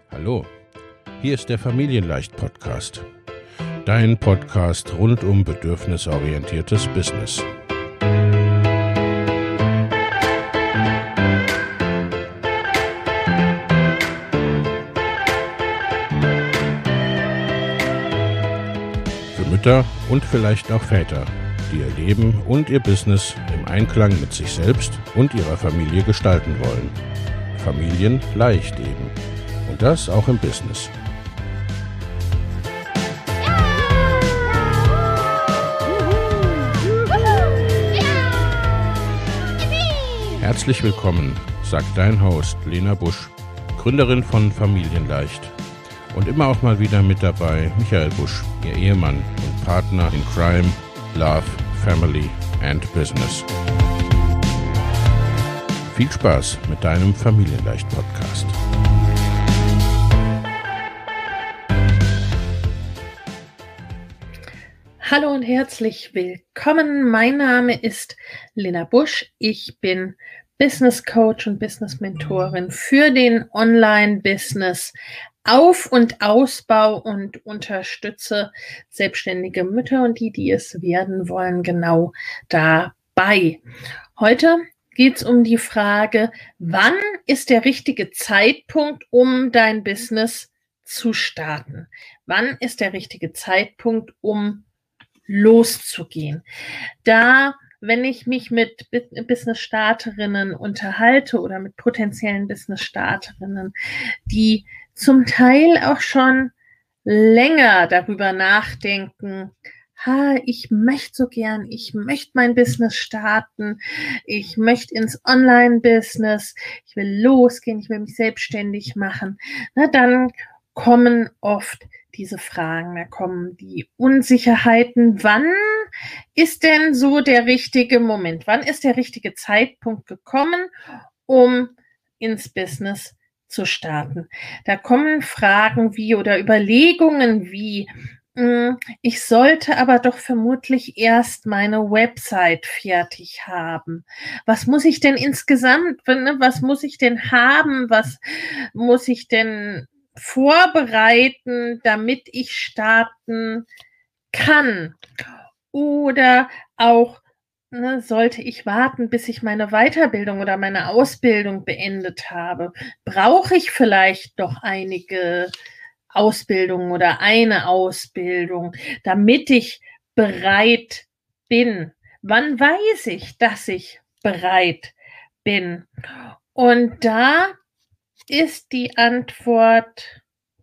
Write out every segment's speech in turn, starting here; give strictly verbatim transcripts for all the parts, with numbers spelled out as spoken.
Hallo, hier ist der Familienleicht-Podcast. Dein Podcast rund um bedürfnisorientiertes Business. Für Mütter und vielleicht auch Väter, die ihr Leben und ihr Business im Einklang mit sich selbst und ihrer Familie gestalten wollen. Familien leicht eben. Und das auch im Business. Herzlich willkommen, sagt dein Host Lena Busch, Gründerin von Familienleicht. Und immer auch mal wieder mit dabei Michael Busch, ihr Ehemann und Partner in Crime, Love, Family and Business. Viel Spaß mit deinem Familienleicht-Podcast. Hallo und herzlich willkommen. Mein Name ist Lena Busch. Ich bin Business Coach und Business Mentorin für den Online-Business Auf- und Ausbau und unterstütze selbstständige Mütter und die, die es werden wollen, genau dabei. Heute geht es um die Frage, wann ist der richtige Zeitpunkt, um dein Business zu starten? Wann ist der richtige Zeitpunkt, um loszugehen? Da, wenn ich mich mit Business-Starterinnen unterhalte oder mit potenziellen Business-Starterinnen, die zum Teil auch schon länger darüber nachdenken, ha, ich möchte so gern, ich möchte mein Business starten, ich möchte ins Online-Business, ich will losgehen, ich will mich selbstständig machen, na, dann kommen oft diese Fragen, da kommen die Unsicherheiten. Wann ist denn so der richtige Moment? Wann ist der richtige Zeitpunkt gekommen, um ins Business zu starten? Da kommen Fragen wie oder Überlegungen wie, ich sollte aber doch vermutlich erst meine Website fertig haben. Was muss ich denn insgesamt, was muss ich denn haben? Was muss ich denn vorbereiten, damit ich starten kann? Oder auch, ne, sollte ich warten, bis ich meine Weiterbildung oder meine Ausbildung beendet habe? Brauche ich vielleicht doch einige Ausbildungen oder eine Ausbildung, damit ich bereit bin? Wann weiß ich, dass ich bereit bin? Und da ist die Antwort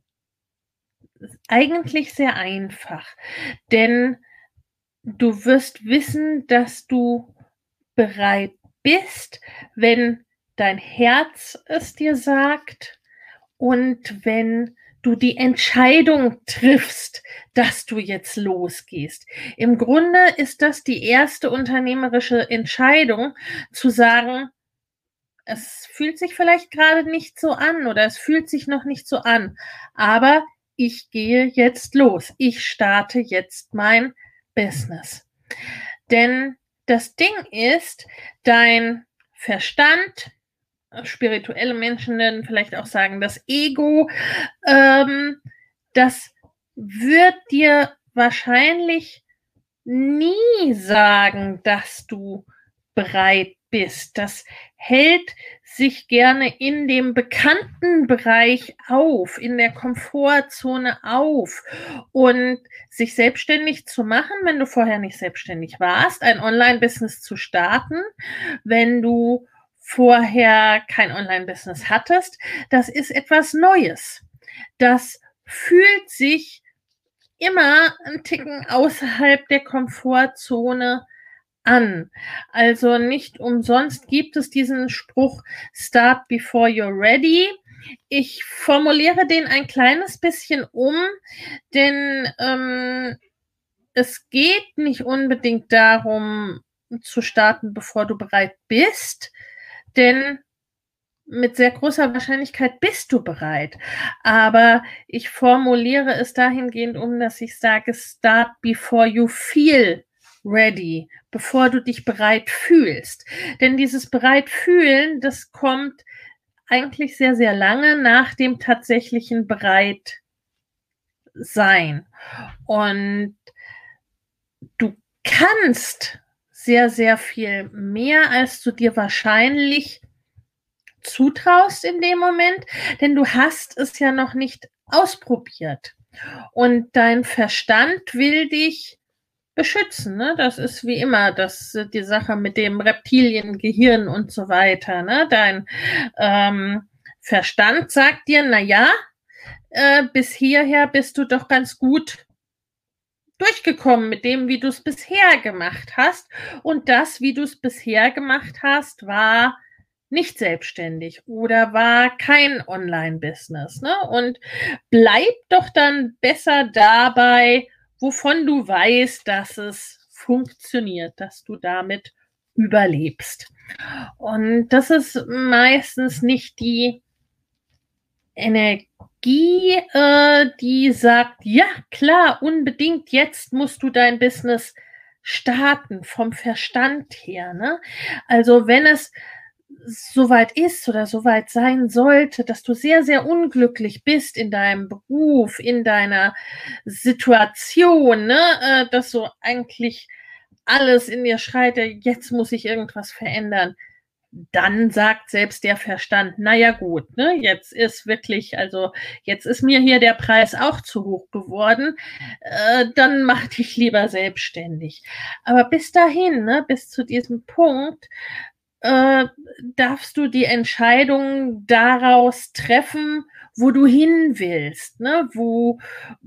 eigentlich sehr einfach, denn du wirst wissen, dass du bereit bist, wenn dein Herz es dir sagt und wenn du die Entscheidung triffst, dass du jetzt losgehst. Im Grunde ist das die erste unternehmerische Entscheidung, zu sagen, es fühlt sich vielleicht gerade nicht so an oder es fühlt sich noch nicht so an, aber ich gehe jetzt los. Ich starte jetzt mein Business. Denn das Ding ist, dein Verstand, spirituelle Menschen nennen vielleicht auch sagen, das Ego, ähm, das wird dir wahrscheinlich nie sagen, dass du bereit bist. Das hält sich gerne in dem bekannten Bereich auf, in der Komfortzone auf. Und sich selbstständig zu machen, wenn du vorher nicht selbstständig warst, ein Online-Business zu starten, wenn du vorher kein Online-Business hattest, das ist etwas Neues. Das fühlt sich immer einen Ticken außerhalb der Komfortzone an. Also nicht umsonst gibt es diesen Spruch, start before you're ready. Ich formuliere den ein kleines bisschen um, denn ähm, es geht nicht unbedingt darum, zu starten, bevor du bereit bist, denn mit sehr großer Wahrscheinlichkeit bist du bereit. Aber ich formuliere es dahingehend um, dass ich sage, start before you feel ready, bevor du dich bereit fühlst. Denn dieses bereit fühlen, das kommt eigentlich sehr, sehr lange nach dem tatsächlichen Bereitsein. Und du kannst sehr, sehr viel mehr, als du dir wahrscheinlich zutraust in dem Moment, denn du hast es ja noch nicht ausprobiert. Und dein Verstand will dich beschützen, ne? Das ist wie immer das, die Sache mit dem Reptiliengehirn und so weiter, ne? Dein ähm, Verstand sagt dir, na ja, äh, bis hierher bist du doch ganz gut durchgekommen mit dem, wie du es bisher gemacht hast. Und das, wie du es bisher gemacht hast, war nicht selbstständig oder war kein Online-Business, ne? Und bleib doch dann besser dabei, wovon du weißt, dass es funktioniert, dass du damit überlebst. Und das ist meistens nicht die Energie, äh, die sagt, ja, klar, unbedingt, jetzt musst du dein Business starten, vom Verstand her, ne? Also wenn es soweit ist oder soweit sein sollte, dass du sehr, sehr unglücklich bist in deinem Beruf, in deiner Situation, ne, äh, dass so eigentlich alles in dir schreit, jetzt muss ich irgendwas verändern, dann sagt selbst der Verstand, naja gut, ne, jetzt ist wirklich, also jetzt ist mir hier der Preis auch zu hoch geworden, äh, dann mach dich lieber selbstständig. Aber bis dahin, ne, bis zu diesem Punkt, äh, darfst du die Entscheidung daraus treffen, wo du hin willst, ne, wo,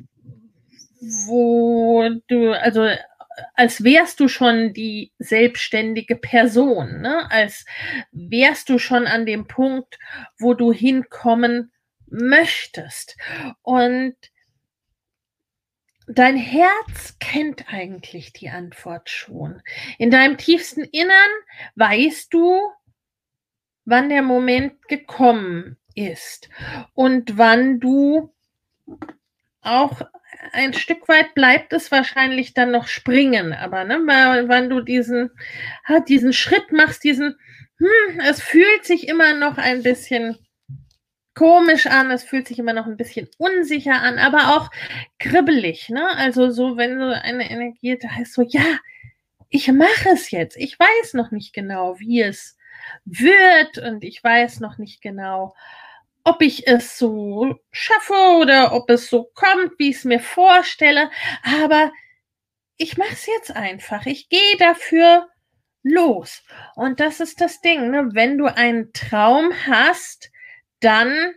wo du, also als wärst du schon die selbstständige Person, ne? Als wärst du schon an dem Punkt, wo du hinkommen möchtest. Und dein Herz kennt eigentlich die Antwort schon. In deinem tiefsten Innern weißt du, wann der Moment gekommen ist und wann du auch ein Stück weit bleibt es wahrscheinlich dann noch springen, aber ne, wann du diesen, diesen Schritt machst, diesen, hm, es fühlt sich immer noch ein bisschen komisch an, es fühlt sich immer noch ein bisschen unsicher an, aber auch kribbelig, ne? Also so, wenn so eine Energie da ist, so, ja, ich mache es jetzt, ich weiß noch nicht genau, wie es wird und ich weiß noch nicht genau, ob ich es so schaffe oder ob es so kommt, wie ich es mir vorstelle. Aber ich mache es jetzt einfach. Ich gehe dafür los. Und das ist das Ding, ne? Wenn du einen Traum hast, dann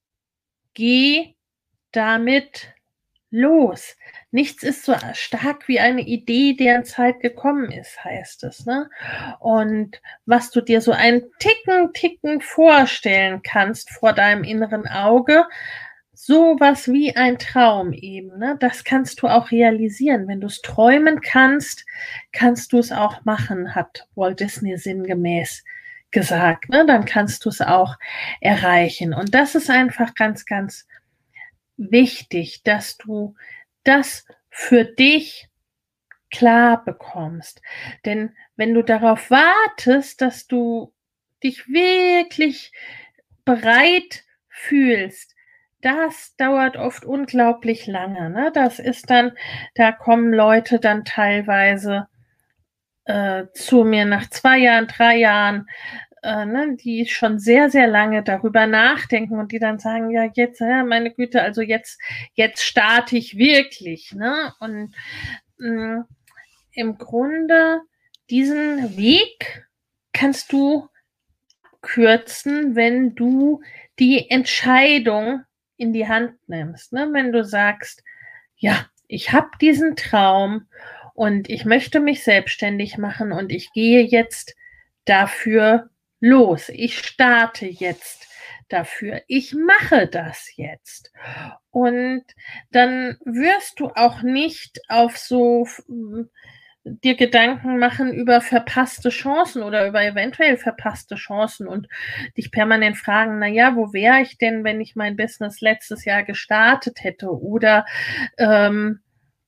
geh damit los. Nichts ist so stark wie eine Idee, deren Zeit gekommen ist, heißt es, ne? Und was du dir so einen Ticken, Ticken vorstellen kannst vor deinem inneren Auge, sowas wie ein Traum eben, ne? Das kannst du auch realisieren. Wenn du es träumen kannst, kannst du es auch machen, hat Walt Disney sinngemäß gesagt, ne? Dann kannst du es auch erreichen. Und das ist einfach ganz, ganz wichtig, dass du das für dich klar bekommst. Denn wenn du darauf wartest, dass du dich wirklich bereit fühlst, das dauert oft unglaublich lange. Ne? Das ist dann, da kommen Leute dann teilweise äh, zu mir nach zwei Jahren, drei Jahren, äh, ne, die schon sehr, sehr lange darüber nachdenken und die dann sagen, ja, jetzt, ja, meine Güte, also jetzt, jetzt starte ich wirklich. Ne? Und mh, im Grunde diesen Weg kannst du kürzen, wenn du die Entscheidung in die Hand nimmst. Ne? Wenn du sagst, ja, ich habe diesen Traum und ich möchte mich selbstständig machen und ich gehe jetzt dafür los. Ich starte jetzt dafür. Ich mache das jetzt. Und dann wirst du auch nicht auf so dir Gedanken machen über verpasste Chancen oder über eventuell verpasste Chancen und dich permanent fragen, na ja, wo wäre ich denn, wenn ich mein Business letztes Jahr gestartet hätte oder ähm,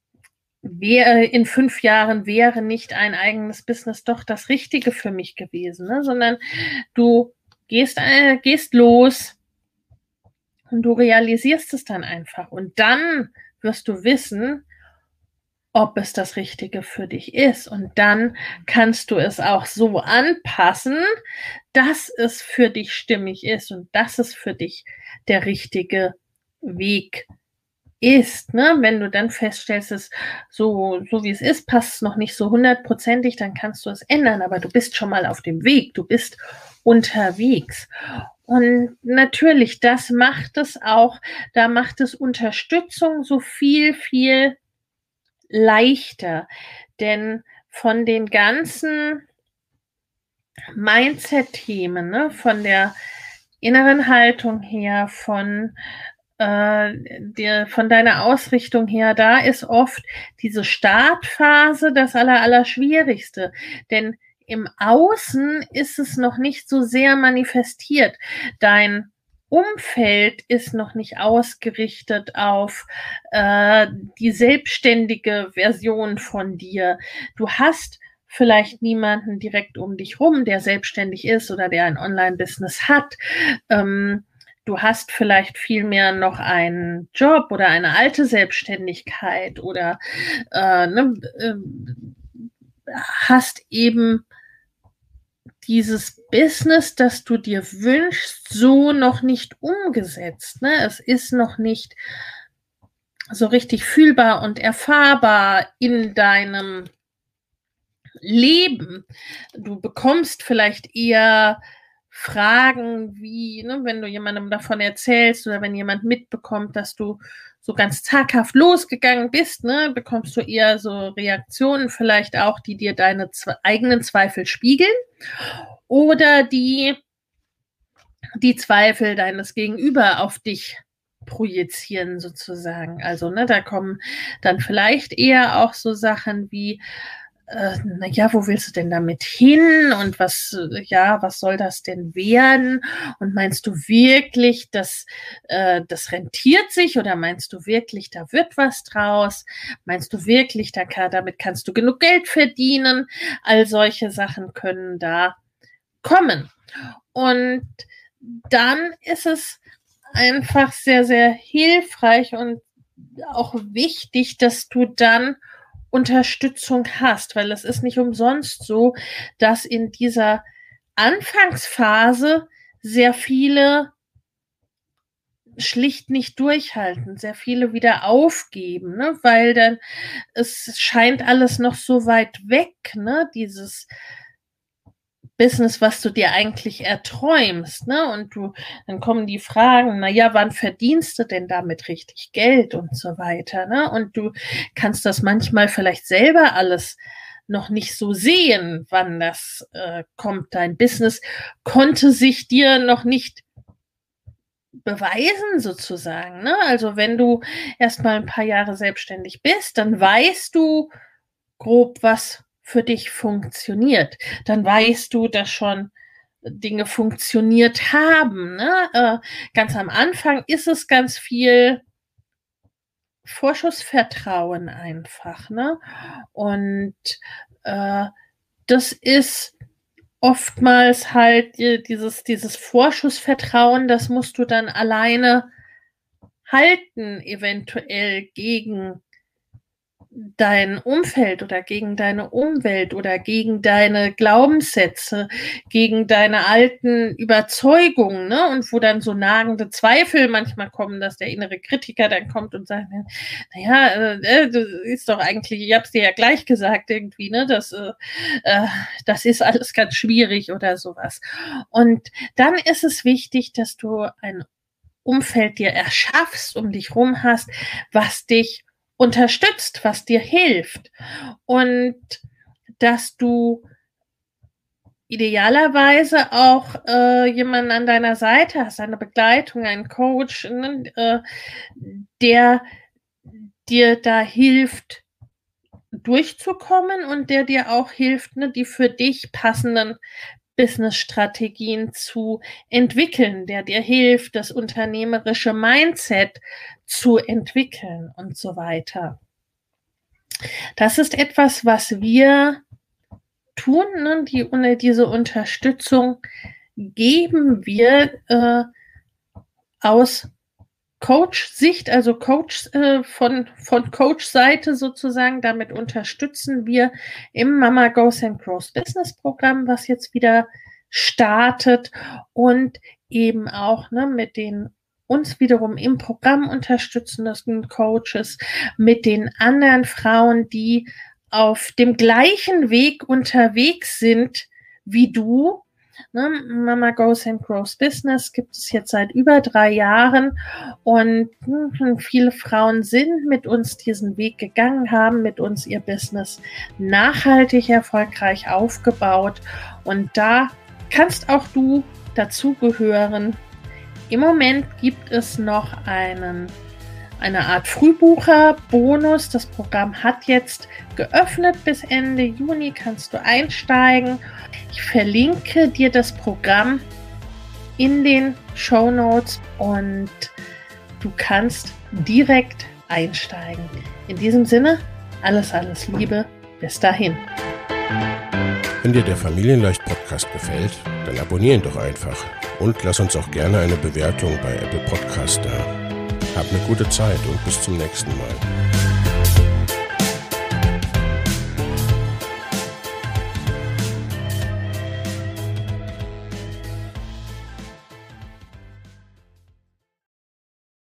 wäre in fünf Jahren wäre nicht ein eigenes Business doch das Richtige für mich gewesen, ne? Sondern du gehst, äh, gehst los und du realisierst es dann einfach. Und dann wirst du wissen, ob es das Richtige für dich ist. Und dann kannst du es auch so anpassen, dass es für dich stimmig ist und dass es für dich der richtige Weg ist. Ne? Wenn du dann feststellst, es so, so wie es ist, passt es noch nicht so hundertprozentig, dann kannst du es ändern. Aber du bist schon mal auf dem Weg. Du bist unterwegs. Und natürlich, das macht es auch, da macht es Unterstützung so viel, viel leichter, denn von den ganzen Mindset-Themen, ne, von der inneren Haltung her, von, äh, der, von deiner Ausrichtung her, da ist oft diese Startphase das aller, aller Schwierigste, denn im Außen ist es noch nicht so sehr manifestiert. Dein Umfeld ist noch nicht ausgerichtet auf äh, die selbstständige Version von dir. Du hast vielleicht niemanden direkt um dich rum, der selbstständig ist oder der ein Online-Business hat. Ähm, du hast vielleicht vielmehr noch einen Job oder eine alte Selbstständigkeit oder äh, ne, äh, hast eben dieses Business, das du dir wünschst, so noch nicht umgesetzt. Ne? Es ist noch nicht so richtig fühlbar und erfahrbar in deinem Leben. Du bekommst vielleicht eher Fragen wie, ne, wenn du jemandem davon erzählst oder wenn jemand mitbekommt, dass du so ganz zaghaft losgegangen bist, ne, bekommst du eher so Reaktionen vielleicht auch, die dir deine zwe- eigenen Zweifel spiegeln oder die die Zweifel deines Gegenüber auf dich projizieren sozusagen. Also, ne, da kommen dann vielleicht eher auch so Sachen wie, äh, naja, wo willst du denn damit hin und was, äh, ja, was soll das denn werden? Und meinst du wirklich, dass äh, das rentiert sich oder meinst du wirklich, da wird was draus? Meinst du wirklich, da kann, damit kannst du genug Geld verdienen? All solche Sachen können da kommen. Und dann ist es einfach sehr, sehr hilfreich und auch wichtig, dass du dann Unterstützung hast, weil es ist nicht umsonst so, dass in dieser Anfangsphase sehr viele schlicht nicht durchhalten, sehr viele wieder aufgeben, ne? Weil dann es scheint alles noch so weit weg, ne? Dieses Business, was du dir eigentlich erträumst, ne? Und du, dann kommen die Fragen, na ja, wann verdienst du denn damit richtig Geld und so weiter, ne? Und du kannst das manchmal vielleicht selber alles noch nicht so sehen, wann das äh, kommt. Dein Business konnte sich dir noch nicht beweisen sozusagen, ne? Also wenn du erstmal ein paar Jahre selbstständig bist, dann weißt du grob, was für dich funktioniert. Dann weißt du, dass schon Dinge funktioniert haben. Ne? Äh, ganz am Anfang ist es ganz viel Vorschussvertrauen einfach. Ne? Und äh, das ist oftmals halt dieses, dieses Vorschussvertrauen, das musst du dann alleine halten, eventuell gegen dein Umfeld oder gegen deine Umwelt oder gegen deine Glaubenssätze, gegen deine alten Überzeugungen, ne? Und wo dann so nagende Zweifel manchmal kommen, dass der innere Kritiker dann kommt und sagt, naja, äh, das ist doch eigentlich, ich hab's dir ja gleich gesagt irgendwie, ne? Das, äh, das ist alles ganz schwierig oder sowas. Und dann ist es wichtig, dass du ein Umfeld dir erschaffst, um dich rum hast, was dich unterstützt, was dir hilft und dass du idealerweise auch äh, jemanden an deiner Seite hast, eine Begleitung, einen Coach, ne, äh, der dir da hilft, durchzukommen und der dir auch hilft, ne, die für dich passenden Business-Strategien zu entwickeln, der dir hilft, das unternehmerische Mindset zu entwickeln und so weiter. Das ist etwas, was wir tun, ne? Die, diese Unterstützung geben wir äh, aus Coach-Sicht, also Coach äh, von, von Coach-Seite sozusagen, damit unterstützen wir im Mama Goes and Grows Business Programm, was jetzt wieder startet, und eben auch ne, mit den uns wiederum im Programm unterstützenden Coaches, mit den anderen Frauen, die auf dem gleichen Weg unterwegs sind wie du. Ne, Mama Goes and Grows Business gibt es jetzt seit über drei Jahren und hm, viele Frauen sind mit uns diesen Weg gegangen, haben mit uns ihr Business nachhaltig erfolgreich aufgebaut, und da kannst auch du dazugehören. Im Moment gibt es noch einen eine Art Frühbucher-Bonus. Das Programm hat jetzt geöffnet bis Ende Juni, kannst du einsteigen. Ich verlinke dir das Programm in den Shownotes und du kannst direkt einsteigen. In diesem Sinne, alles, alles Liebe. Bis dahin. Wenn dir der Familienleicht Podcast gefällt, dann abonnier ihn doch einfach und lass uns auch gerne eine Bewertung bei Apple Podcast da. Hab eine gute Zeit und bis zum nächsten Mal.